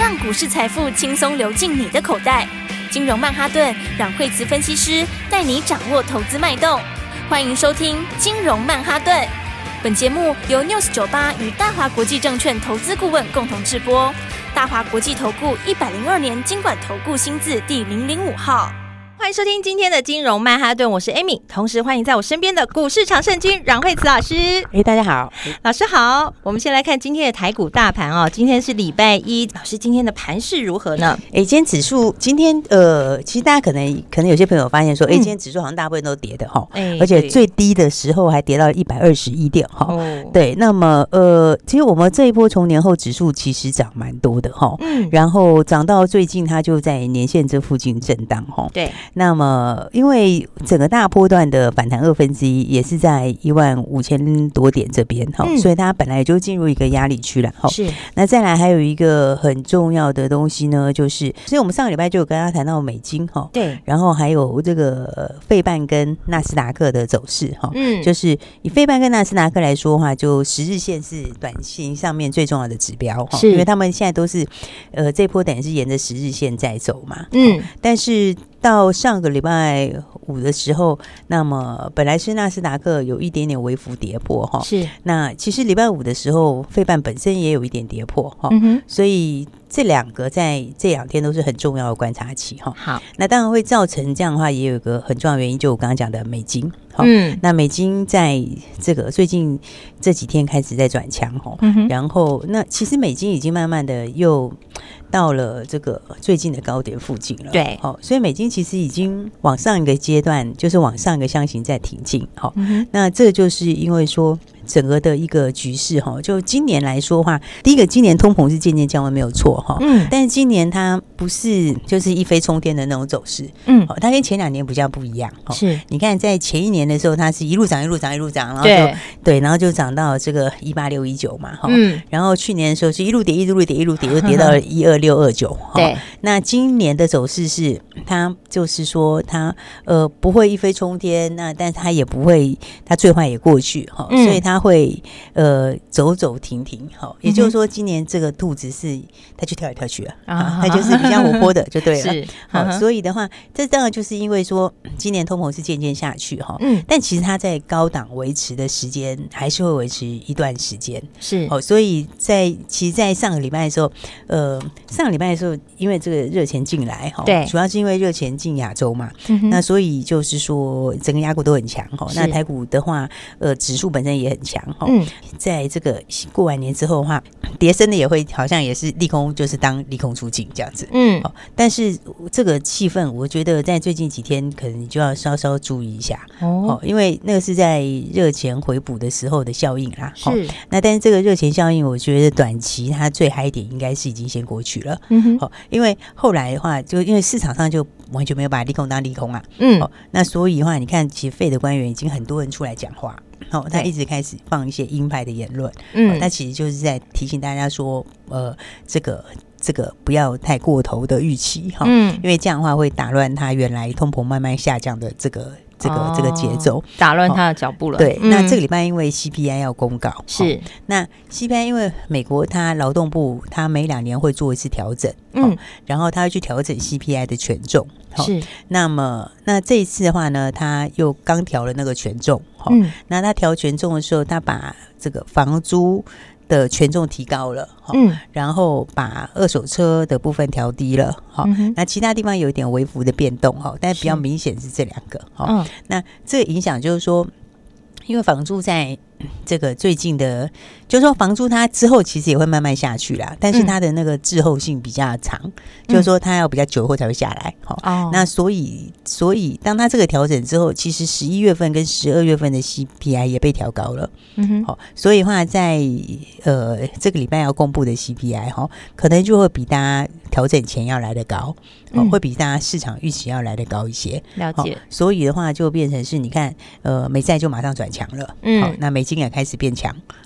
让股市财富轻松流进你的口袋。金融曼哈顿让惠慈分析师带你掌握投资脉动。欢迎收听金融曼哈顿。本节目由 News98 与大华国际证券投资顾问共同制播。大华国际投顾102年金管投顾新字第005号。 欢迎收听今天的金融曼哈顿，我是 Amy， 同时欢迎在我身边的股市常胜军阮惠慈老师。 大家好， 老师好。我们先来看今天的台股大盘哦，今天是礼拜一，老师今天的盘势如何呢？ 今天指数其实大家可能有些朋友发现说，今天指数好像大部分都跌的哈，而且最低的时候还跌到121点哈。对，那么其实我们这一波从年后指数其实涨蛮多的哈，然后涨到最近它就在年线这附近震荡哈。 对。 那么，因为整个大波段的反弹1/2也是在15000多点这边哈，所以它本来就进入一个压力区了哈。是。那再来还有一个很重要的东西呢，就是所以我们上个礼拜就有跟大家谈到美金哈，对，然后还有这个费半跟纳斯达克的走势哈，就是以费半跟纳斯达克来说的话，就10日线是短线上面最重要的指标哈，因为他们现在都是这波等于是沿着10日线在走嘛，但是到上个礼拜五的时候，那么本来是纳斯达克有一点点微幅跌破哈，是。那其实礼拜五的时候，费半本身也有一点跌破哈，所以这两个在这2天都是很重要的观察期哈。好，那当然会造成这样的话，也有一个很重要的原因，就我刚刚讲的美金。那美金在这个最近这几天开始在转强哈，然后那其实美金已经慢慢的又到了这个最近的高点附近了，对，所以美金其实已经往上一个阶段，就是往上一个箱型在挺进，那这就是因为说整个的一个局势哈，就今年来说的话，第一个今年通膨是渐渐降温没有错哈，但是今年它不是就是一飞冲天的那种走势，它跟前2年比较不一样，是，你看在前1年的时候，它是一路涨，然后就对，然后就涨到这个18619嘛，然后去年的时候是一路跌，就跌到了12629，对，那今年的走势是它就是说它不会一飞冲天，那但它也不会，它最坏也过去哈，所以它会走走停停，也就是说今年这个兔子是它去跳来跳去它就是比较活泼的就对了，是，所以的话，这当然就是因为说今年通膨是渐渐下去哈，但其实它在高档维持的时间还是会维持一段时间，是，所以其实在上个礼拜的时候，因为这个热钱进来哈，对，主要是因为热钱进亚洲嘛，那所以就是说整个亚股都很强哈，那台股的话，指数本身也很强哈，在这个过完年之后的话，跌深的也会好像也是利空，就是当利空出尽这样子，但是这个气氛，我觉得在最近几天可能你就要稍稍注意一下因为那个是在热钱回补的时候的效应啦，是。那但是这个热钱效应，我觉得短期它最嗨点应该是已经先过去了，因为后来的话，就因为市场上就完全没有把利空当利空啊，那所以的话，你看其实费的官员已经很多人出来讲话，他一直开始放一些鹰派的言论，他其实就是在提醒大家说，这个不要太过头的预期哈，因为这样的话会打乱他原来通膨慢慢下降的这个节奏， 打乱他的脚步了。 对，那这个礼拜因为 CPI 要公告，是，那 CPI 因为美国它劳动部它每2年会做一次调整，然后它会去调整 CPI 的权重，是。那这一次的话呢，它又刚调了那个权重，那它调权重的时候，它把这个房租的权重提高了，然后把二手车的部分调低了，那其他地方有一点微幅的变动，但是比较明显是这2个，那这个影响就是说，因为房租在这个最近的，就是说房租它之后其实也会慢慢下去啦，但是它的那个滞后性比较长，就是说它要比较久以后才会下来，那所以当它这个调整之后，其实11月份跟12月份的 CPI 也被调高了，所以的话在这个礼拜要公布的 CPI 可能就会比大家调整前要来得高，会比大家市场预期要来得高一些，了解。所以的话就变成是你看美债就马上转强了，那美金也开始变强，是。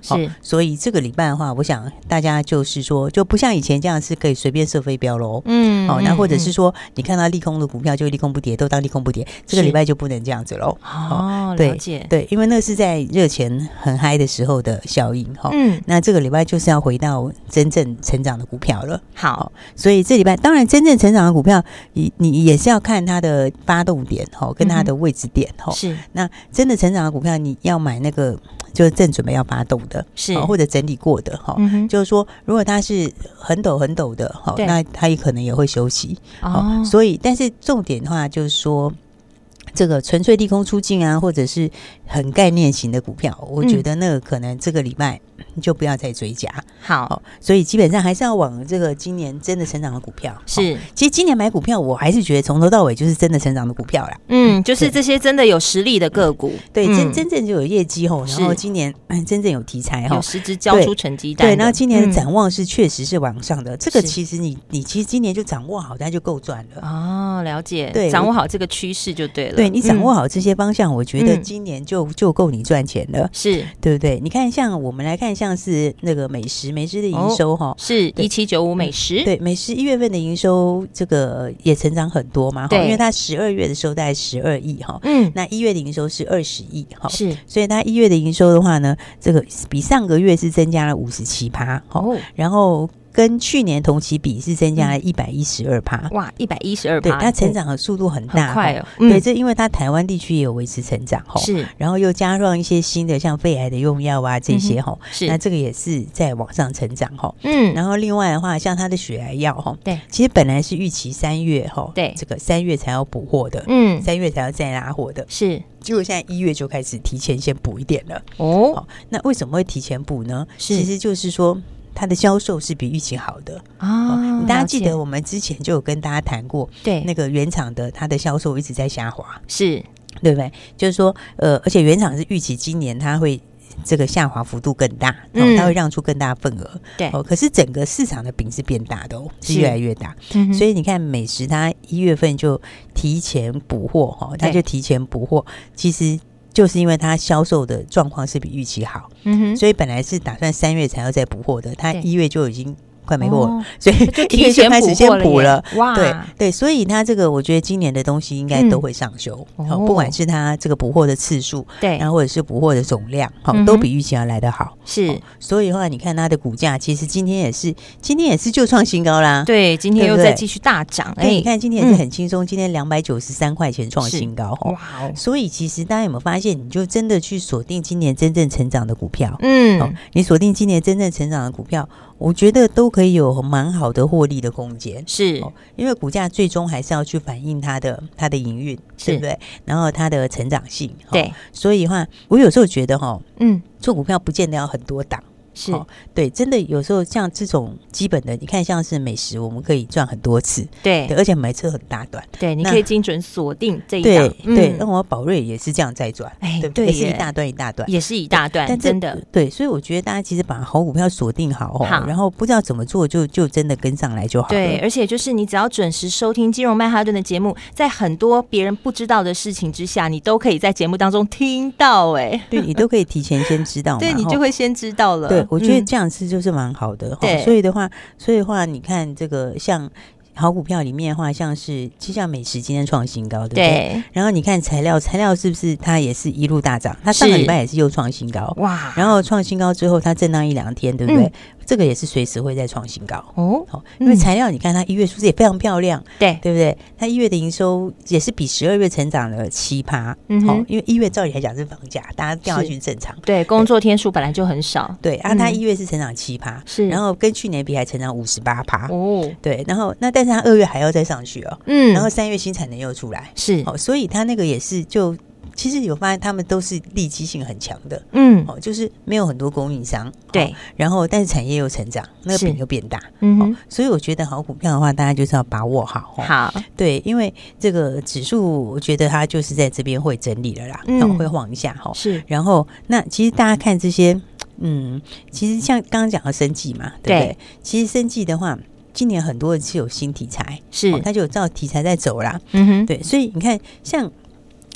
所以这个礼拜的话，我想大家就是说，就不像以前这样是可以随便射飞镖喽。那或者是说，你看到利空的股票就利空不跌，都当利空不跌，这个礼拜就不能这样子喽。 了解， 对，因为那是在热钱很嗨的时候的效应哈。那这个礼拜就是要回到真正成长的股票了。 好， 所以这礼拜当然真正成长的股票，你也是要看它的发动点跟它的位置点是。 那真的成长的股票，你要买那个就是正准备要发动的， 是或者整理过的就是说，如果它是很陡的那它也可能也会休息。所以但是重点的话就是说，这个纯粹利空出尽啊，或者是很概念型的股票，我觉得那个可能这个礼拜就不要再追加。 好， 所以基本上还是要往这个今年真的成长的股票。 是， 其实今年买股票，我还是觉得从头到尾就是真的成长的股票啦。 就是这些真的有实力的个股， 对，真正就有业绩然后今年真正有题材有实质交出成绩单。 对，然后今年的展望是确实是往上的。这个其实你其实今年就掌握好，它就够赚了。 了解。 对， 掌握好这个趋势就对了。 对，你掌握好这些方向，我觉得今年就够你赚钱了， 是对不对？你看，像我们来看，像是那个美食的营收是1795美食。 对，美食1月份的营收这个也成长很多嘛，因为它12月的时候大概12亿那1月的营收是20亿是， 所以它1月的营收的话呢，这个比上个月是增加了57%然后跟去年同期比是增加了112%。 哇，112%！ 对，它成长的速度很大， 很快哦。 对，这因为它台湾地区也有维持成长是， 然后又加上一些新的像肺癌的用药啊这些是， 那这个也是在往上成长然后另外的话，像它的血癌药对， 其实本来是预期3月对， 这个3月才要补货的，3月才要再拉货的， 是。 结果现在1月就开始提前先补一点了那为什么会提前补呢？其实就是说，它的销售是比预期好的大家记得我们之前就有跟大家谈过， 对， 那个原厂的它的销售一直在下滑， 是对不对？就是说而且原厂是预期今年它会这个下滑幅度更大它会让出更大份额对可是整个市场的饼是变大的是越来越大所以你看美食它1月份就提前补货它就提前补货，其实就是因为它销售的状况是比预期好所以本来是打算3月才要再补货的，它1月就已经快没货了所以1月就开始先补了。 哇， 对，所以它这个我觉得今年的东西应该都会上修不管是它这个补货的次数对， 然后或者是补货的总量都比预期要来得好是所以的话你看它的股价其实今天也是就创新高啦。 对，今天又在继续大涨你看今天也是很轻松今天293块钱创新高哇所以其实大家有没有发现，你就真的去锁定今年真正成长的股票你锁定今年真正成长的股票，我觉得都可以有蛮好的获利的空间， 是因为股价最终还是要去反映它的营运，对不对？然后它的成长性， 对， 所以的话，我有时候觉得做股票不见得要很多档。 是对，真的有时候像这种基本的，你看像是美食，我们可以赚很多次， 对， 而且买车很大段， 对，你可以精准锁定这一档， 对，那我宝瑞也是这样在赚，对不对？也是一大段一大段， 也是一大段，但真的对，所以我觉得大家其实把好股票锁定好，然后不知道怎么做，就真的跟上来就好了。 对，而且就是你只要准时收听金融曼哈顿的节目，在很多别人不知道的事情之下，你都可以在节目当中听到， 对你都可以提前先知道嘛， 对你就会先知道了。 对，我觉得这样子就是蛮好的，所以的话，你看这个像好股票里面的话，像是就像美食今天创新高，对不对？然后你看材料是不是它也是一路大涨？它上个礼拜也是又创新高，哇！然后创新高之后，它震荡1-2天，对不对？这个也是随时会再创新高因为材料你看它1月数字也非常漂亮，对不对？它1月的营收也是比12月成长了7%，因为1月照理来讲是放假，大家掉下去正常， 对，工作天数本来就很少， 对它1月是成长7%，是，然后跟去年比还成长58%，对，然后但是它2月还要再上去然后3月新产能又出来，是，所以它那个也是就。其实有发现他们都是利基性很强的，就是没有很多供应商，对，然后但是产业又成长，那个饼又变大，所以我觉得好股票的话，大家就是要把握好，好，对，因为这个指数，我觉得它就是在这边会整理了啦，会晃一下哈，是，然后那其实大家看这些，其实像刚刚讲的生技嘛，对不对？其实生技的话。今年很多人是有新题材，是，它就有照题材在走啦，对，所以你看像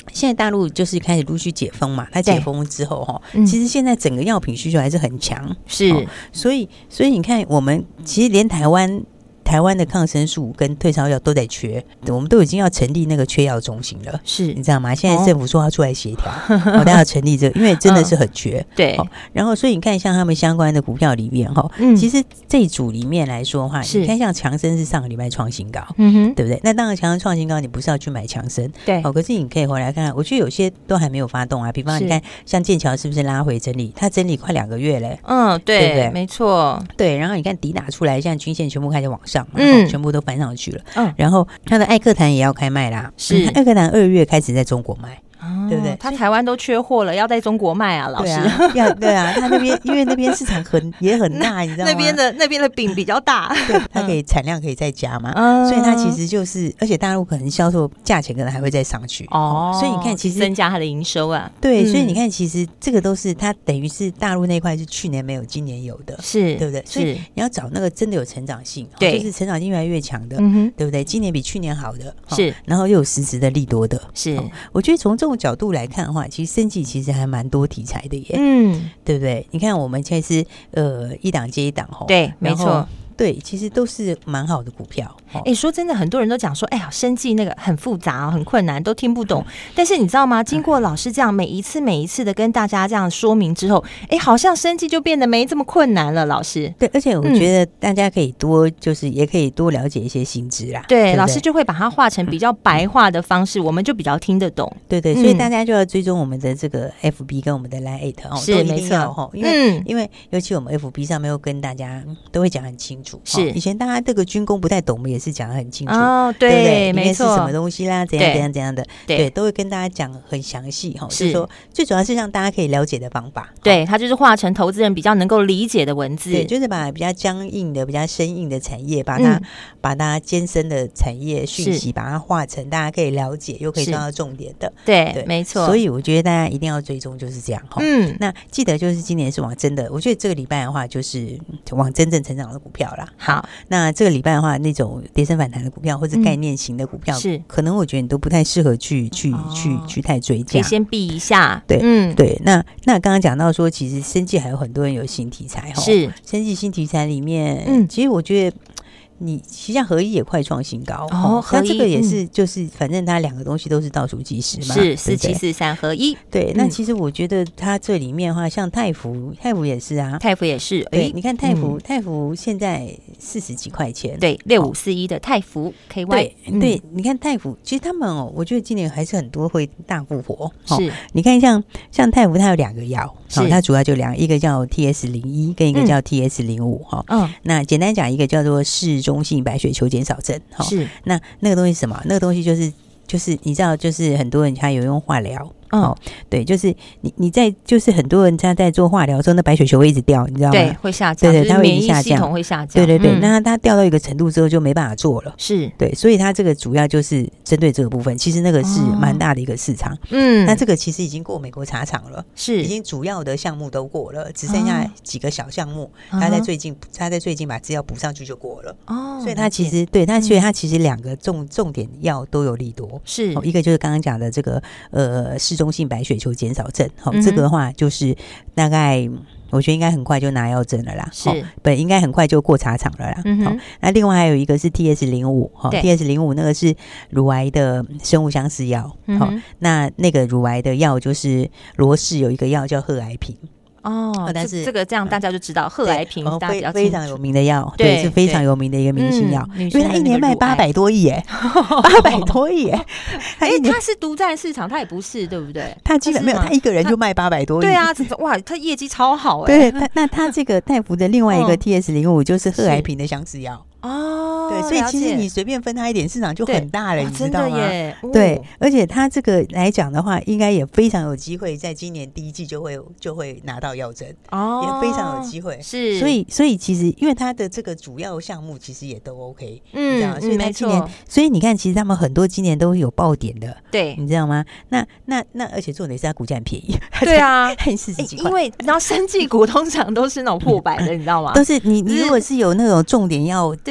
现在大陆就是开始陆续解封嘛，它解封之后哈，其实现在整个药品需求还是很强， 是， 所以你看，我们其实连台湾的抗生素跟退烧药都在缺，我们都已经要成立那个缺药中心了， 是你知道吗？现在政府说要出来协调，大家要成立这个，因为真的是很缺。 对， 然后所以你看，像他们相关的股票里面哈，其实这一组里面来说的话，你看像强生是上个礼拜创新高，对不对？那当然强生创新高，你不是要去买强生， 对， 可是你可以回来看看，我觉得有些都还没有发动啊，比方你看像剑桥是不是拉回整理？它整理快2个月嘞， 对， 对不对？ 没错， 对。然后你看底打出来，现在均线全部开始往上嘛，全部都翻上去了，然后它的艾克坦也要开卖啦，是艾克坦2月开始在中国卖。对不对？ 他台湾都缺货了，要在中国卖啊，老师。 对啊，他那边因为那边市场也很大，你知道吗？ 那边的饼比较大， 对，它可以产量可以再加嘛，所以它其实就是，而且大陆可能销售价钱可能还会再上去所以你看，其实增加它的营收啊。 对，所以你看，其实这个都是它等于是大陆那块是去年没有，今年有的， 是对不对？所以你要找那个真的有成长性， 对， 就是成长性越来越强的，对不对？今年比去年好的， 是， 然后又有实质的利多的， 是。 我觉得从这种角度来看的话，其实生技其实还蛮多题材的耶，对不对？你看我们现在是一档接一档对，没错。 对，其实都是蛮好的股票。 说真的，很多人都讲说，哎呀，生技那个很复杂很困难，都听不懂。但是你知道吗？经过老师这样每一次的跟大家这样说明之后，好像生技就变得没这么困难了。老师， 对，而且我觉得大家可以多，就是也可以多了解一些新知啦。 对，老师就会把它画成比较白话的方式，我们就比较听得懂。 对，所以大家就要追踪我们的这个 FB 跟我们的 Line 是没错， 因为尤其我们 FB 上面会跟大家都会讲很清楚。 是以前大家这个军工不太懂，我们也是讲得很清楚对不对？ 没错， 是什么东西啦，怎样的，对，都会跟大家讲很详细就是说最主要是让大家可以了解的方法。 对，它就是画成投资人比较能够理解的文字。 对，就是把比较僵硬的、比较生硬的产业，把它艰深的产业讯息，把它画成大家可以了解又可以抓到重点的。 对，没错。 所以我觉得大家一定要追踪，就是这样那记得就是今年是往真的，我觉得这个礼拜的话就是往真正成长的股票啦。 好， 那这个礼拜的话，那种跌升反弹的股票或者概念型的股票， 是可能我觉得你都不太适合去太追加， 可以先避一下。 对，对。那刚刚讲到说，其实生技还有很多人有新题材是生技新题材里面，其实我觉得。你其实像合一也快创新高它这个也是就是反正它两个东西都是倒数计时嘛， 是4743合一。 对，那其实我觉得它这里面的话，像泰福也是啊， 泰福也是。 对，你看泰福现在40几块钱， 对，6541的泰福 KY， 对，你看泰福，其实他们我觉得今年还是很多会大复活。 是， 你看像泰福，它有2个药，它主要就一个叫 TS01，跟一个叫 TS05那简单讲，一个叫做市中性白血球减少症是， 那个东西是什么？那个东西就是你知道，就是很多人他有用化疗。对，就是你在就是很多人他在做化疗的时候，那白血球会一直掉，你知道吗？ 对，会下降， 对，它会一直下降， 免疫系统会下降。 对，那它掉到一个程度之后就没办法做了。 是， 对，所以它这个主要就是针对这个部分，其实那个是蛮大的一个市场。那这个其实已经过美国茶厂了， 是已经主要的项目都过了，只剩下几个小项目，他在最近把资料补上去就过了。所以它其实所以它其实2个重点药都有利多， 是一个就是刚刚讲的这个嗜中性白血球减少症，这个的话就是大概我觉得应该很快就拿药证了啦， 是应该很快就过茶厂了啦。那另外还有一个是 TS05 TS05 那个是乳癌的生物相似药，那个乳癌的药就是罗氏有一个药叫赫癌平。 但是这个这样大家就知道赫癌平大家比较非常有名的药，对，是非常有名的一个明星药，因为它一年卖800多亿耶，800多亿耶。 它是独占市场，它也不是，对不对？ 它基本没有，他一个人就卖800多亿。 对啊，哇，他业绩超好哎。 对，那他这个泰福的另外一个 TS05 就是赫癌平的相似药。对，所以其实你随便分它一点，市场就很大了，你知道吗？对，而且它这个来讲的话，应该也非常有机会，在今年第一季就会拿到药证也非常有机会。 是， 所以其实因为它的这个主要项目其实也都 OK，你知道吗？所以它今年，所以你看，其实他们很多今年都有爆点的， 对， 你知道吗？那而且重点是它股价很便宜， 对啊， 很40几块， 因为然后生技股通常都是那种破百的，你知道吗？ 都是你如果是有那种重点要。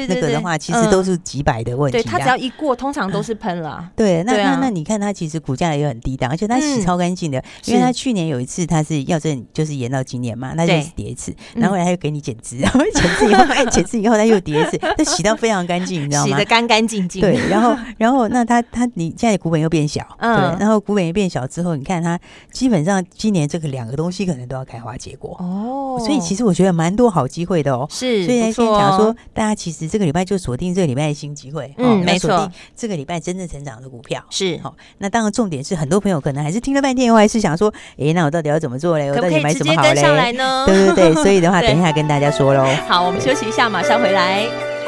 那个的话，其实都是几百的问题。 对，它只要一过，通常都是喷了。 对，那你看它其实股价也很低档，而且它洗超干净的，因为它去年有一次它是要就是延到今年嘛，它就是跌一次，然后后来它又给你减资，然后减资以后它又跌一次，它洗到非常干净，你知道吗？ 洗得干干净净。 对，然后那你现在股本又变小，对，然后股本也变小之后，你看它基本上今年这个两个东西可能都要开花结果哦，所以其实我觉得蛮多好机会的哦。 是， 所以现在讲说，大家其实这个礼拜就锁定这个礼拜的新机会， 没错，锁定这个礼拜真正成长的股票是。 那当然重点是很多朋友可能还是听了半天，我还是想说，那我到底要怎么做嘞？我到底买什么好嘞？ 可不可以直接跟上来呢？ 对对对，所以的话，等一下跟大家说喽。 好，我们休息一下，马上回来。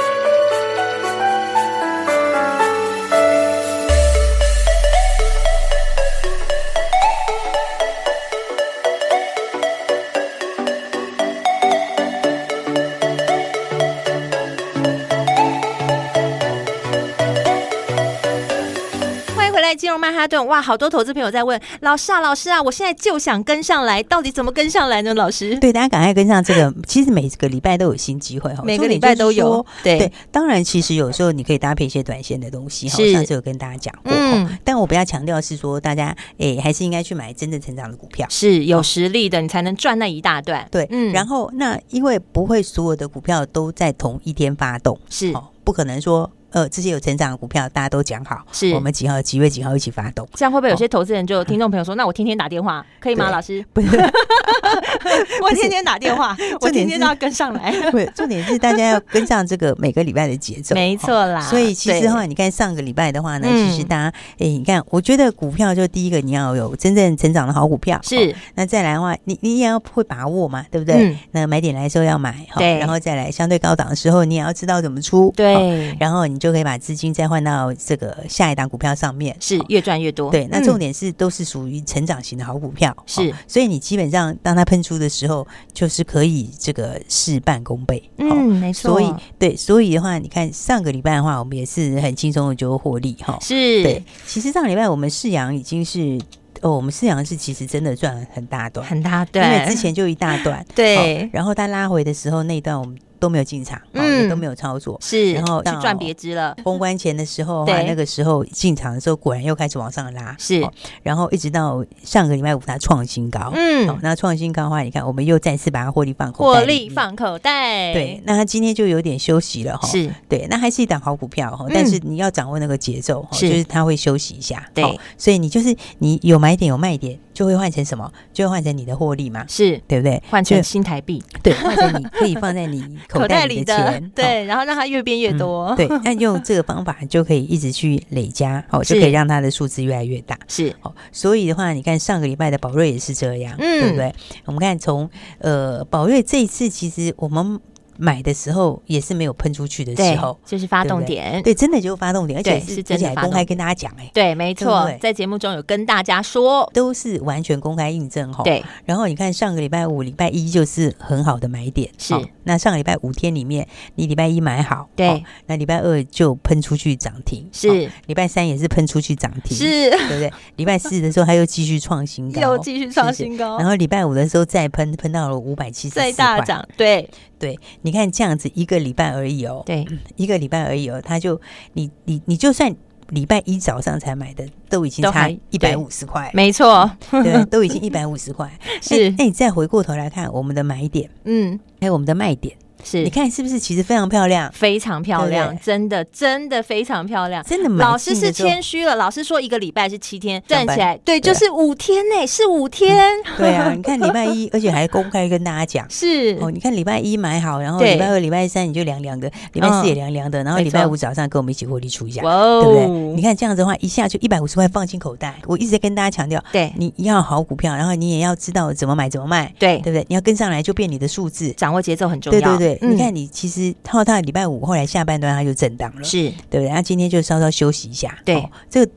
金融曼哈顿，哇，好多投资朋友在问老师啊，我现在就想跟上来，到底怎么跟上来呢？老师， 对，大家赶快跟上这个。其实每个礼拜都有新机会， 每个礼拜都有。 对，当然，其实有时候你可以搭配一些短线的东西。上次有跟大家讲过，但我比较强调是说，大家还是应该去买真正成长的股票， 是有实力的，你才能赚那一大段。 对，然后那因为不会所有的股票都在同一天发动， 是不可能说。这些有成长的股票，大家都讲好， 是我们几月几号一起发动。 这样会不会有些投资人就听众朋友说，那我天天打电话可以吗？老师， 不是， 我天天打电话，我天天都要跟上来。 重点是大家要跟上这个每个礼拜的节奏， 没错啦。 所以其实的话，你看上个礼拜的话呢，其实大家你看，我觉得股票就第一个你要有真正成长的好股票， 是。 那再来的话，你也要会把握嘛，对不对？那买点来的时候要买， 对， 然后再来相对高档的时候，你也要知道怎么出， 对， 然后你就可以把资金再换到这个下一档股票上面， 是越赚越多。 对，那重点是都是属于成长型的好股票， 是， 所以你基本上当它喷出的时候，就是可以这个事半功倍。 没错。 所以的话，你看上个礼拜的话，我们也是很轻松的就获利哈。 是， 对。其实上个礼拜我们世阳已经是。我们世阳是其实真的赚很大段，因为之前就一大段， 对。 然后它拉回的时候，那一段我们都没有进场，也都没有操作， 是， 然后去赚别支了。 封关前的时候，那个时候进场的时候，果然又开始往上拉， 是。 然后一直到上个礼拜五，它创新高，那创新高的话，你看我们又再次把它获利放口袋，对。那它今天就有点休息了， 是， 对。那还是一档好股票，但是你要掌握那个节奏，就是它会休息一下， 对。 所以你就是你有买点有卖点，就会换成什么？就会换成你的获利嘛， 是， 对不对？ 换成新台币， 对，换成你可以放在你口袋里的钱， 对，然后让它越变越多， 对。那用这个方法就可以一直去累加，就可以让它的数字越来越大， 是。 所以的话，你看上个礼拜的宝瑞也是这样，对不对？我们看从宝瑞这一次，其实我们买的时候也是没有喷出去的时候， 就是发动点， 对，真的就是发动点，而且是真的公开跟大家讲， 对，没错，在节目中有跟大家说， 都是完全公开印证， 对。 然后你看上个礼拜五、礼拜一就是很好的买点， 是。 那上个礼拜5天里面，你礼拜一买好， 对， 那礼拜二就喷出去涨停， 是。 礼拜三也是喷出去涨停， 是， 对不对？礼拜四的时候，它又继续创新高， 又继续创新高， 然后礼拜五的时候再喷到了574块， 再大涨，对。 对，你看这样子一个礼拜而已哦， 对， 一个礼拜而已哦，他就你就算礼拜一早上才买的，都已经差150块， 没错， 对，都已经150块， 是。 那你再回过头来看我们的买点，还有我们的卖点。 是， 你看是不是其实非常漂亮， 非常漂亮，对对，真的非常漂亮， 真的。 老师是谦虚了，老师说一个礼拜是7天，站起来，对，就是5天呢，是5天。 对啊，你看礼拜一，而且还公开跟大家讲， 是你看礼拜一买好，然后礼拜二、礼拜三你就凉凉的，礼拜四也凉凉的，然后礼拜五早上跟我们一起获利出一下，对不对？你看这样子的话，一下就150块放进口袋。我一直在跟大家强调， 对， 你要好股票，然后你也要知道怎么买怎么卖， 对， 对不对？你要跟上来就变你的数字， 掌握节奏很重要。 对，你看你其实它礼拜五后来下半段它就震荡了， 是， 对不对？它今天就稍稍休息一下， 对， 这个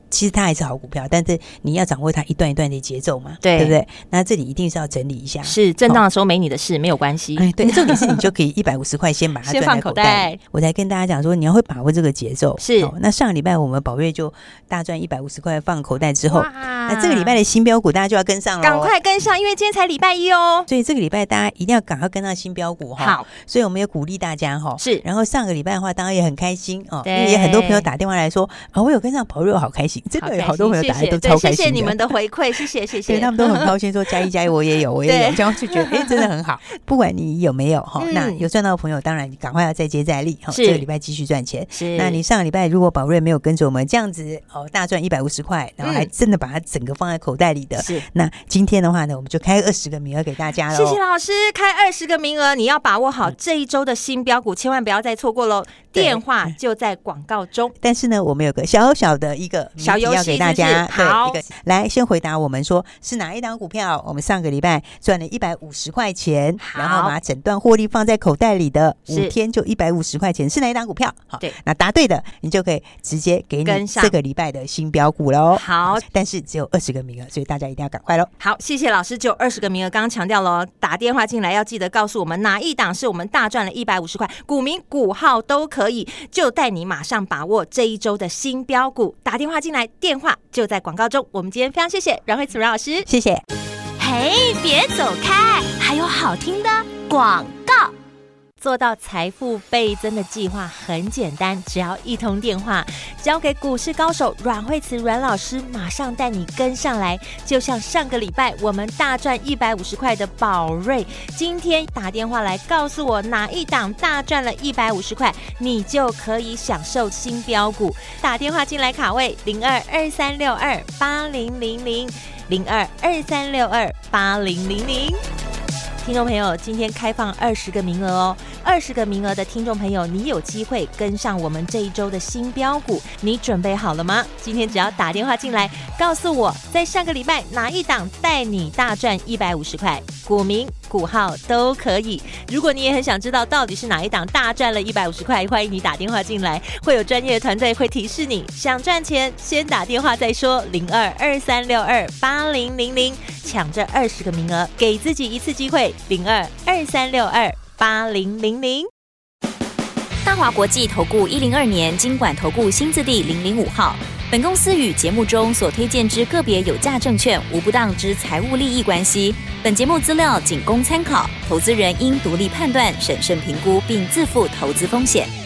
其实它还是好股票，但是你要掌握它一段一段的节奏嘛，对不对？那这里一定是要整理一下， 是震荡的时候没你的事，没有关系。 对，重点是你就可以150块先把它赚在口袋。我才跟大家讲说，你要会把握这个节奏。 是， 那上个礼拜我们宝瑞就大赚150块放口袋之后，那这个礼拜的新标股大家就要跟上了， 赶快跟上，因为今天才礼拜一哦。 所以这个礼拜大家一定要赶快跟上新标股哈。好，所以我们也鼓励大家哈。是，然后上个礼拜的话，当然也很开心哦，因为也很多朋友打电话来说啊，我有跟上宝瑞，我好开心。这个有好多朋友打来都超开心的， 谢谢你们的回馈，谢谢。 对，他们都很高兴说加一加一，我也有，这样就觉得真的很好。不管你有没有哈，那有赚到的朋友，当然赶快要再接再厉哈，这个礼拜继续赚钱。是，那你上个礼拜如果宝瑞没有跟着我们这样子大赚150块，然后还真的把它整个放在口袋里的，是。那今天的话呢，我们就开20个名额给大家了。 谢谢老师，开20个名额，你要把握好这一周的新标股，千万不要再错过喽。电话就在广告中。 但是呢，我们有个小小的一个小游戏要给大家， 好， 来先回答我们说是哪一档股票，我们上个礼拜赚了150块钱，然后把整段获利放在口袋里的，5天就150块钱，是哪一档股票？好，对，那答对的，你就可以直接给你这个礼拜的新标股喽。好，但是只有20个名额，所以大家一定要赶快喽。 好，谢谢老师，只有20个名额，刚刚强调了，打电话进来要记得告诉我们哪一档是我们大赚了150块，股名股号都可以，就带你马上把握这一周的新标股。打电话进来，电话就在广告中。我们今天非常谢谢阮慧慈阮老师， 谢谢。 嘿，别走开，还有好听的广告。 做到财富倍增的计划很简单，只要一通电话，交给股市高手阮慧慈阮老师，马上带你跟上来。就像上个礼拜我们大赚150块的宝瑞，今天打电话来告诉我哪一档大赚了150块，你就可以享受新标股。打电话进来卡位0223628000，0223628000。听众朋友，今天开放20个名额哦，20个名额的听众朋友，你有机会跟上我们这一周的新标股，你准备好了吗？今天只要打电话进来，告诉我在上个礼拜哪一档带你大赚150块，股名股号都可以。如果你也很想知道到底是哪一档大赚了150块，欢迎你打电话进来，会有专业的团队会提示你。想赚钱先打电话再说，0223628000，抢这20个名额，给自己一次机会，0223628000。 大华国际投顾102年金管投顾新字第005号。本公司与节目中所推荐之个别有价证券无不当之财务利益关系。本节目资料仅供参考，投资人应独立判断、审慎评估，并自负投资风险。